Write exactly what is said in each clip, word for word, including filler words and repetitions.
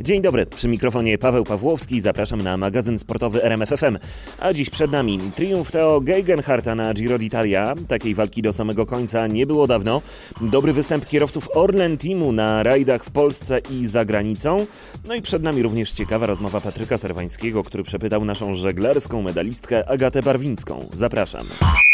Dzień dobry, przy mikrofonie Paweł Pawłowski, zapraszam na magazyn sportowy R M F F M. A dziś przed nami triumf Theo Gegenhardta na Giro d'Italia. Takiej walki do samego końca nie było dawno. Dobry występ kierowców Orlen Teamu na rajdach w Polsce i za granicą. No i przed nami również ciekawa rozmowa Patryka Serwańskiego, który przepytał naszą żeglarską medalistkę Agatę Barwińską. Zapraszam.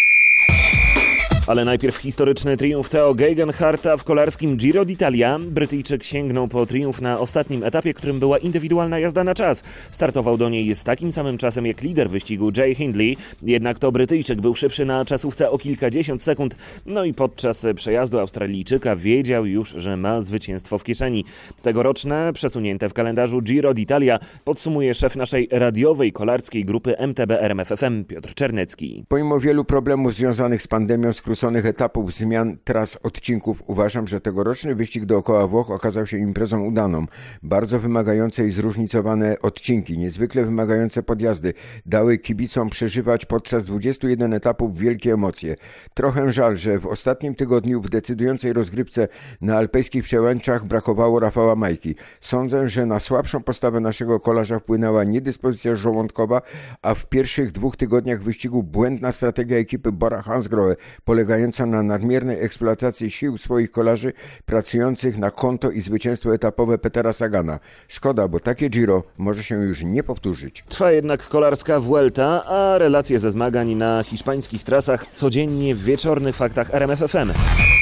Ale najpierw historyczny triumf Theo Gegenhardta w kolarskim Giro d'Italia. Brytyjczyk sięgnął po triumf na ostatnim etapie, którym była indywidualna jazda na czas. Startował do niej z takim samym czasem jak lider wyścigu Jay Hindley, jednak to Brytyjczyk był szybszy na czasówce o kilkadziesiąt sekund. No i podczas przejazdu Australijczyka wiedział już, że ma zwycięstwo w kieszeni. Tegoroczne, przesunięte w kalendarzu Giro d'Italia podsumuje szef naszej radiowej kolarskiej grupy M T B R M F F M Piotr Czernecki. Pomimo wielu problemów związanych z pandemią, skróconych etapów, zmian tras, odcinków, uważam, że tegoroczny wyścig dookoła Włoch okazał się imprezą udaną. Bardzo wymagające i zróżnicowane odcinki, niezwykle wymagające podjazdy dały kibicom przeżywać podczas dwudziestu jeden etapów wielkie emocje. Trochę żal, że w ostatnim tygodniu w decydującej rozgrywce na alpejskich przełęczach brakowało Rafała Majki. Sądzę, że na słabszą postawę naszego kolarza wpłynęła niedyspozycja żołądkowa, a w pierwszych dwóch tygodniach wyścigu błędna strategia ekipy Bora Hansgrohe, polegająca na nadmiernej eksploatacji sił swoich kolarzy pracujących na konto i zwycięstwo etapowe Petera Sagana. Szkoda, bo takie Giro może się już nie powtórzyć. Trwa jednak kolarska Vuelta, a relacje ze zmagań na hiszpańskich trasach codziennie w wieczornych faktach R M F F M.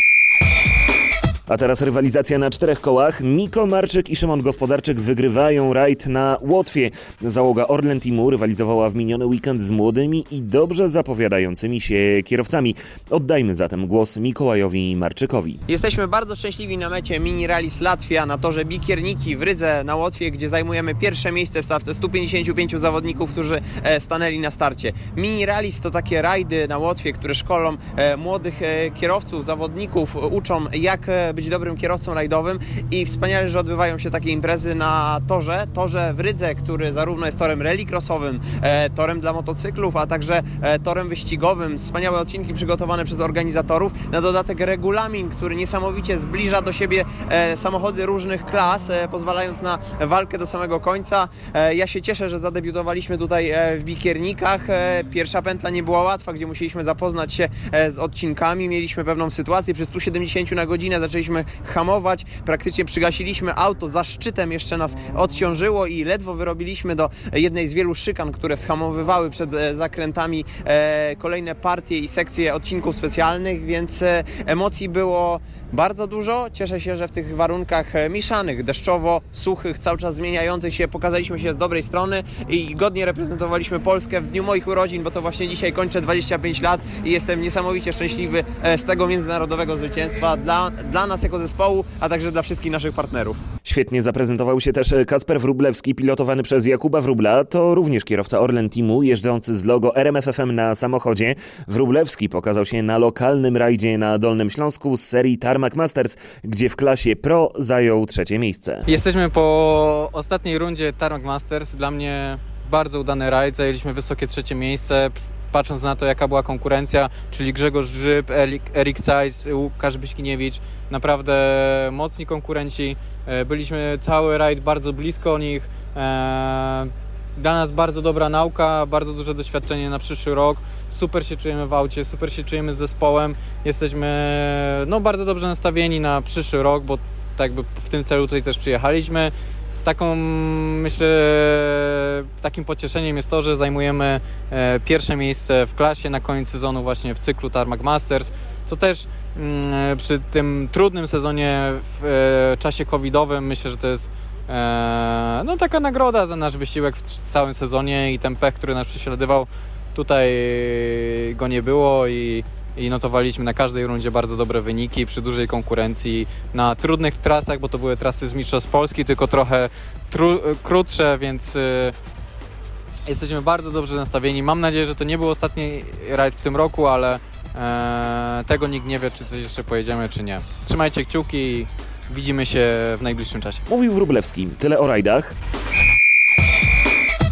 A teraz rywalizacja na czterech kołach. Miko Marczyk i Szymon Gospodarczyk wygrywają rajd na Łotwie. Załoga Orlen Teamu rywalizowała w miniony weekend z młodymi i dobrze zapowiadającymi się kierowcami. Oddajmy zatem głos Mikołajowi Marczykowi. Jesteśmy bardzo szczęśliwi na mecie Mini Rallye Latvia na torze Bikierniki w Rydze na Łotwie, gdzie zajmujemy pierwsze miejsce w stawce stu pięćdziesięciu pięciu zawodników, którzy stanęli na starcie. Mini Rallies to takie rajdy na Łotwie, które szkolą młodych kierowców, zawodników, uczą jak być dobrym kierowcą rajdowym i wspaniale, że odbywają się takie imprezy na torze, torze w Rydze, który zarówno jest torem rally-crossowym, e, torem dla motocyklów, a także e, torem wyścigowym. Wspaniałe odcinki przygotowane przez organizatorów. Na dodatek regulamin, który niesamowicie zbliża do siebie e, samochody różnych klas, e, pozwalając na walkę do samego końca. E, ja się cieszę, że zadebiutowaliśmy tutaj e, w Bikiernikach. E, pierwsza pętla nie była łatwa, gdzie musieliśmy zapoznać się e, z odcinkami. Mieliśmy pewną sytuację, przy stu siedemdziesięciu na godzinę zaczęliśmy hamować, praktycznie przygasiliśmy auto, za szczytem jeszcze nas odciążyło i ledwo wyrobiliśmy do jednej z wielu szykan, które schamowywały przed zakrętami e, kolejne partie i sekcje odcinków specjalnych, więc e, emocji było bardzo dużo. Cieszę się, że w tych warunkach mieszanych, deszczowo, suchych, cały czas zmieniających się, pokazaliśmy się z dobrej strony i godnie reprezentowaliśmy Polskę w dniu moich urodzin, bo to właśnie dzisiaj kończę dwadzieścia pięć lat i jestem niesamowicie szczęśliwy z tego międzynarodowego zwycięstwa dla, dla nas jako zespołu, a także dla wszystkich naszych partnerów. Świetnie zaprezentował się też Kacper Wróblewski, pilotowany przez Jakuba Wróbla. To również kierowca Orlen Teamu, jeżdżący z logo R M F F M na samochodzie. Wróblewski pokazał się na lokalnym rajdzie na Dolnym Śląsku z serii Tarmac Masters, gdzie w klasie Pro zajął trzecie miejsce. Jesteśmy po ostatniej rundzie Tarmac Masters. Dla mnie bardzo udany rajd. Zajęliśmy wysokie trzecie miejsce. Patrząc na to, jaka była konkurencja, czyli Grzegorz Grzyb, Erik Cajs, Łukasz Byśkiniewicz, naprawdę mocni konkurenci. Byliśmy cały rajd bardzo blisko nich. Dla nas bardzo dobra nauka, bardzo duże doświadczenie na przyszły rok. Super się czujemy w aucie, super się czujemy z zespołem. Jesteśmy no, bardzo dobrze nastawieni na przyszły rok, bo tak jakby w tym celu tutaj też przyjechaliśmy. Taką, myślę, takim pocieszeniem jest to, że zajmujemy e, pierwsze miejsce w klasie na koniec sezonu właśnie w cyklu Tarmac Masters, co też mm, przy tym trudnym sezonie w e, czasie covidowym myślę, że to jest e, no, taka nagroda za nasz wysiłek w całym sezonie i ten pech, który nas prześladował, tutaj go nie było i i notowaliśmy na każdej rundzie bardzo dobre wyniki przy dużej konkurencji na trudnych trasach, bo to były trasy z Mistrzostw Polski, tylko trochę tru- krótsze, więc y, jesteśmy bardzo dobrze nastawieni. Mam nadzieję, że to nie był ostatni rajd w tym roku, ale e, tego nikt nie wie, czy coś jeszcze pojedziemy, czy nie. Trzymajcie kciuki i widzimy się w najbliższym czasie. Mówił Wróblewski. Tyle o rajdach.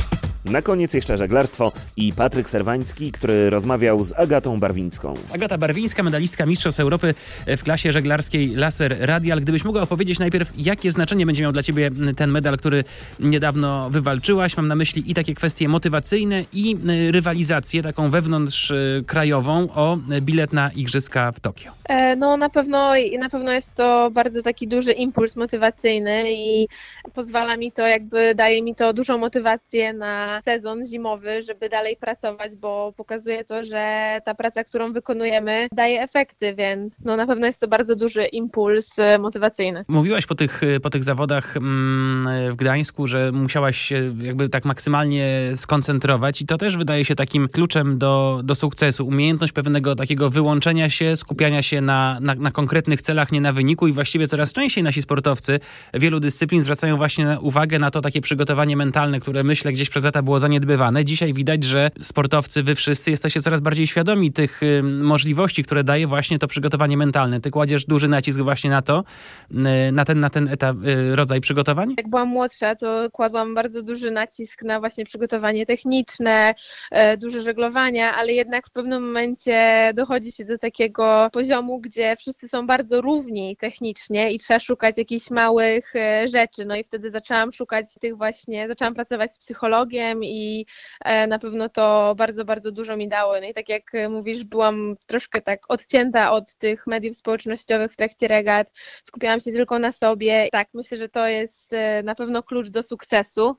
Na koniec jeszcze żeglarstwo i Patryk Serwański, który rozmawiał z Agatą Barwińską. Agata Barwińska, medalistka Mistrzostw Europy w klasie żeglarskiej Laser Radial. Gdybyś mogła opowiedzieć najpierw, jakie znaczenie będzie miał dla ciebie ten medal, który niedawno wywalczyłaś. Mam na myśli i takie kwestie motywacyjne i rywalizację taką wewnątrzkrajową o bilet na Igrzyska w Tokio. No na pewno, na pewno jest to bardzo taki duży impuls motywacyjny i pozwala mi to, jakby daje mi to dużą motywację na sezon zimowy, żeby dalej pracować, bo pokazuje to, że ta praca, którą wykonujemy, daje efekty, więc no na pewno jest to bardzo duży impuls motywacyjny. Mówiłaś po tych, po tych zawodach mm, w Gdańsku, że musiałaś się jakby tak maksymalnie skoncentrować i to też wydaje się takim kluczem do, do sukcesu. Umiejętność pewnego takiego wyłączenia się, skupiania się na, na, na konkretnych celach, nie na wyniku i właściwie coraz częściej nasi sportowcy wielu dyscyplin zwracają właśnie uwagę na to takie przygotowanie mentalne, które myślę gdzieś przez lata było zaniedbywane. Dzisiaj widać, że sportowcy, wy wszyscy jesteście coraz bardziej świadomi tych y, możliwości, które daje właśnie to przygotowanie mentalne. Ty kładziesz duży nacisk właśnie na to, y, na ten, na ten etap, y, rodzaj przygotowań? Jak byłam młodsza, to kładłam bardzo duży nacisk na właśnie przygotowanie techniczne, y, duże żeglowania, ale jednak w pewnym momencie dochodzi się do takiego poziomu, gdzie wszyscy są bardzo równi technicznie i trzeba szukać jakichś małych y, rzeczy. No i wtedy zaczęłam szukać tych właśnie, zaczęłam pracować z psychologiem i y, na pewno to bardzo, bardzo dużo mi dało. No i tak jak mówisz, byłam troszkę tak odcięta od tych mediów społecznościowych w trakcie regat, skupiałam się tylko na sobie. Tak, myślę, że to jest na pewno klucz do sukcesu,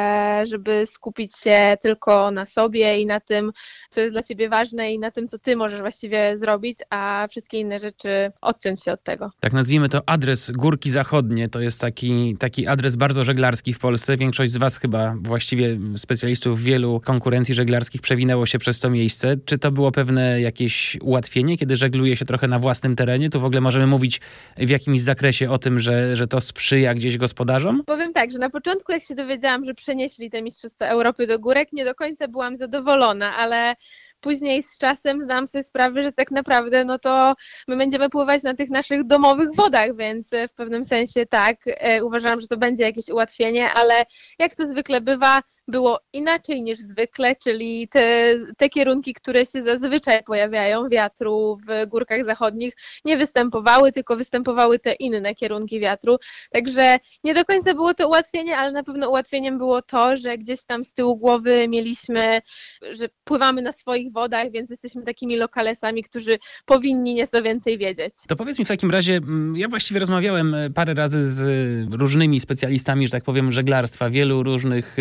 żeby skupić się tylko na sobie i na tym, co jest dla ciebie ważne i na tym, co ty możesz właściwie zrobić, a wszystkie inne rzeczy odciąć się od tego. Tak nazwijmy to adres Górki Zachodnie, to jest taki, taki adres bardzo żeglarski w Polsce. Większość z was chyba, właściwie specjalistów wielu konkurencji żeglarskich przewinęło się przez to miejsce. Czy to było pewne jakieś ułatwienie, kiedy żegluje się trochę na własnym terenie? Tu w ogóle możemy mówić w jakimś zakresie o tym, że, że to sprzyja gdzieś gospodarzom? Powiem tak, że na początku jak się dowiedziałam, że przenieśli te Mistrzostwa Europy do Górek, nie do końca byłam zadowolona, ale później z czasem zdałam sobie sprawę, że tak naprawdę no to my będziemy pływać na tych naszych domowych wodach, więc w pewnym sensie tak, e, uważam, że to będzie jakieś ułatwienie, ale jak to zwykle bywa, było inaczej niż zwykle, czyli te, te kierunki, które się zazwyczaj pojawiają, wiatru w Górkach Zachodnich, nie występowały, tylko występowały te inne kierunki wiatru. Także nie do końca było to ułatwienie, ale na pewno ułatwieniem było to, że gdzieś tam z tyłu głowy mieliśmy, że pływamy na swoich wodach, więc jesteśmy takimi lokalesami, którzy powinni nieco więcej wiedzieć. To powiedz mi w takim razie, ja właściwie rozmawiałem parę razy z różnymi specjalistami, że tak powiem, żeglarstwa, wielu różnych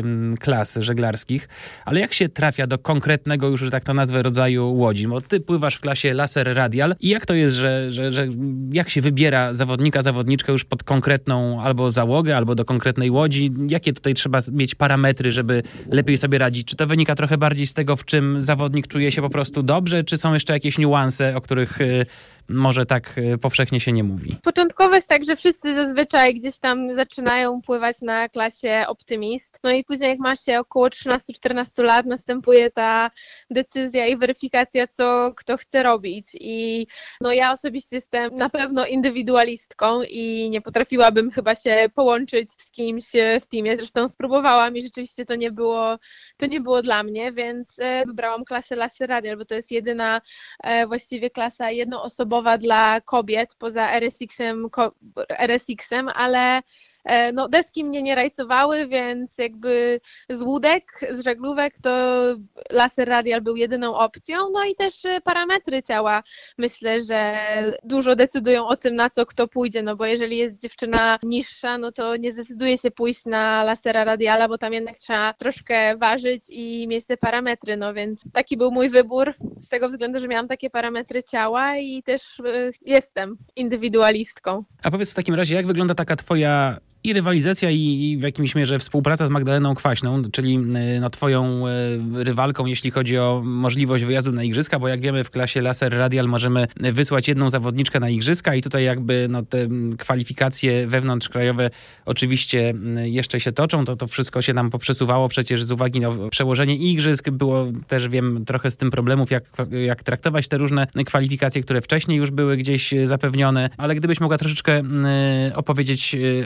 klas żeglarskich, ale jak się trafia do konkretnego już, że tak to nazwę, rodzaju łodzi? Bo ty pływasz w klasie Laser Radial i jak to jest, że, że, że jak się wybiera zawodnika, zawodniczkę już pod konkretną albo załogę, albo do konkretnej łodzi? Jakie tutaj trzeba mieć parametry, żeby lepiej sobie radzić? Czy to wynika trochę bardziej z tego, w czym zawodnik czuje się po prostu dobrze, czy są jeszcze jakieś niuanse, o których może tak powszechnie się nie mówi? Początkowo jest tak, że wszyscy zazwyczaj gdzieś tam zaczynają pływać na klasie Optymist. No i później jak ma się około trzynaście czternaście lat, następuje ta decyzja i weryfikacja, co kto chce robić. I no ja osobiście jestem na pewno indywidualistką i nie potrafiłabym chyba się połączyć z kimś w teamie. Zresztą spróbowałam i rzeczywiście to nie było, to nie było dla mnie, więc wybrałam klasę Laser Radial, bo to jest jedyna właściwie klasa jednoosobowa dla kobiet poza R S X-em, R S X-em, ale no deski mnie nie rajcowały, więc jakby z łódek, z żaglówek to Laser Radial był jedyną opcją, no i też parametry ciała myślę, że dużo decydują o tym, na co kto pójdzie, no bo jeżeli jest dziewczyna niższa, no to nie zdecyduje się pójść na Lasera Radiala, bo tam jednak trzeba troszkę ważyć i mieć te parametry, no więc taki był mój wybór z tego względu, że miałam takie parametry ciała i też jestem indywidualistką. A powiedz w takim razie, jak wygląda taka twoja i rywalizacja i, i w jakimś mierze współpraca z Magdaleną Kwaśną, czyli no, twoją y, rywalką, jeśli chodzi o możliwość wyjazdu na igrzyska, bo jak wiemy w klasie Laser Radial możemy wysłać jedną zawodniczkę na igrzyska i tutaj jakby no, te kwalifikacje wewnątrzkrajowe oczywiście jeszcze się toczą, to to wszystko się nam poprzesuwało przecież z uwagi na przełożenie igrzysk. Było też, wiem, trochę z tym problemów, jak, jak traktować te różne kwalifikacje, które wcześniej już były gdzieś zapewnione, ale gdybyś mogła troszeczkę y, opowiedzieć y, o tym, jak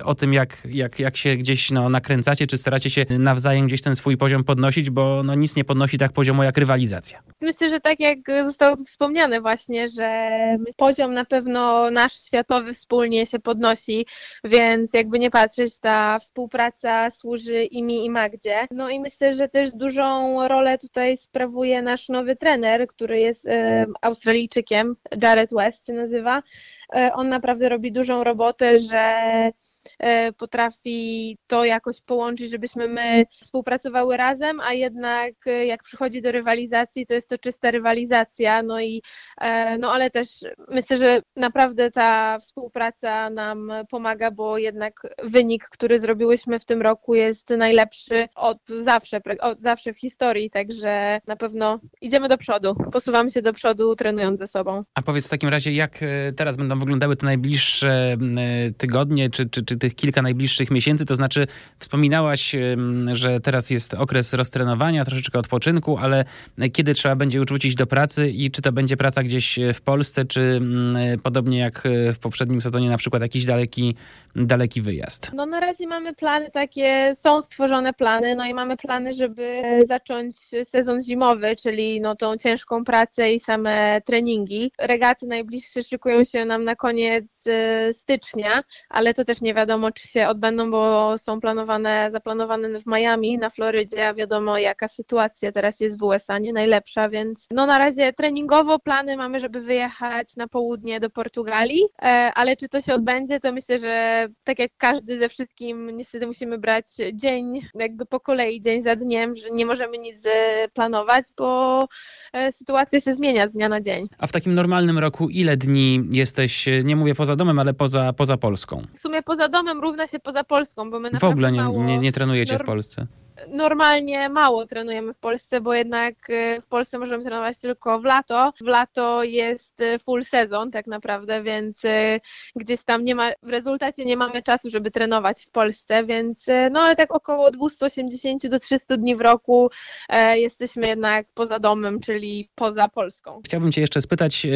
jak, jak, jak się gdzieś no, nakręcacie, czy staracie się nawzajem gdzieś ten swój poziom podnosić, bo no, nic nie podnosi tak poziomu jak rywalizacja. Myślę, że tak jak zostało tu wspomniane właśnie, że poziom na pewno nasz światowy wspólnie się podnosi, więc jakby nie patrzeć, ta współpraca służy i mi, i Magdzie. No i myślę, że też dużą rolę tutaj sprawuje nasz nowy trener, który jest e, Australijczykiem, Jared West się nazywa. E, on naprawdę robi dużą robotę, że potrafi to jakoś połączyć, żebyśmy my współpracowały razem, a jednak jak przychodzi do rywalizacji, to jest to czysta rywalizacja, no i no ale też myślę, że naprawdę ta współpraca nam pomaga, bo jednak wynik, który zrobiłyśmy w tym roku jest najlepszy od zawsze, od zawsze w historii, także na pewno idziemy do przodu, posuwamy się do przodu trenując ze sobą. A powiedz w takim razie, jak teraz będą wyglądały te najbliższe tygodnie, czy, czy, czy tych kilka najbliższych miesięcy, to znaczy wspominałaś, że teraz jest okres roztrenowania, troszeczkę odpoczynku, ale kiedy trzeba będzie już wrócić do pracy i czy to będzie praca gdzieś w Polsce, czy podobnie jak w poprzednim sezonie na przykład jakiś daleki, daleki wyjazd? No na razie mamy plany takie, są stworzone plany, no i mamy plany, żeby zacząć sezon zimowy, czyli no tą ciężką pracę i same treningi. Regaty najbliższe szykują się nam na koniec stycznia, ale to też nie wiadomo, czy się odbędą, bo są planowane, zaplanowane w Miami, na Florydzie, a wiadomo jaka sytuacja teraz jest w U S A, nie najlepsza, więc no na razie treningowo plany mamy, żeby wyjechać na południe do Portugalii, ale czy to się odbędzie, to myślę, że tak jak każdy ze wszystkim, niestety musimy brać dzień jakby po kolei, dzień za dniem, że nie możemy nic planować, bo sytuacja się zmienia z dnia na dzień. A w takim normalnym roku ile dni jesteś, nie mówię poza domem, ale poza, poza Polską? W sumie poza domem równa się poza Polską, bo my naprawdę w ogóle nie, mało, nie, nie trenujecie norm... w Polsce? Normalnie mało trenujemy w Polsce, bo jednak w Polsce możemy trenować tylko w lato. W lato jest full sezon tak naprawdę, więc gdzieś tam nie ma, w rezultacie nie mamy czasu, żeby trenować w Polsce, więc no ale tak około dwieście osiemdziesiąt do trzystu dni w roku e, jesteśmy jednak poza domem, czyli poza Polską. Chciałbym cię jeszcze spytać,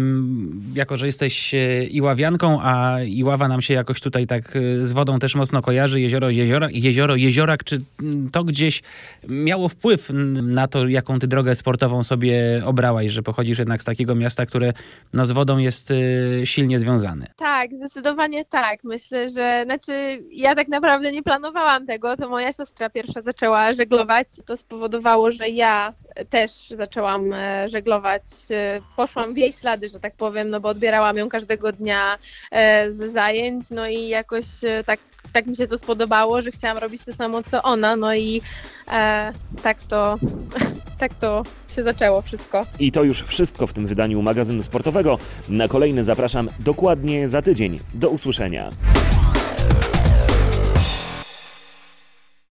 jako że jesteś iławianką, a Iława nam się jakoś tutaj tak z wodą też mocno kojarzy, jezioro, jeziora, jezioro, jeziorak, czy to gdzieś miało wpływ na to, jaką ty drogę sportową sobie obrałaś, że pochodzisz jednak z takiego miasta, które no, z wodą jest y, silnie związane? Tak, zdecydowanie tak. Myślę, że znaczy ja tak naprawdę nie planowałam tego, to moja siostra pierwsza zaczęła żeglować. To spowodowało, że ja też zaczęłam żeglować. Poszłam w jej ślady, że tak powiem, no bo odbierałam ją każdego dnia z zajęć, no i jakoś tak, tak mi się to spodobało, że chciałam robić to samo co ona, no i e, tak to tak to się zaczęło wszystko. I to już wszystko w tym wydaniu magazynu sportowego. Na kolejny zapraszam dokładnie za tydzień. Do usłyszenia.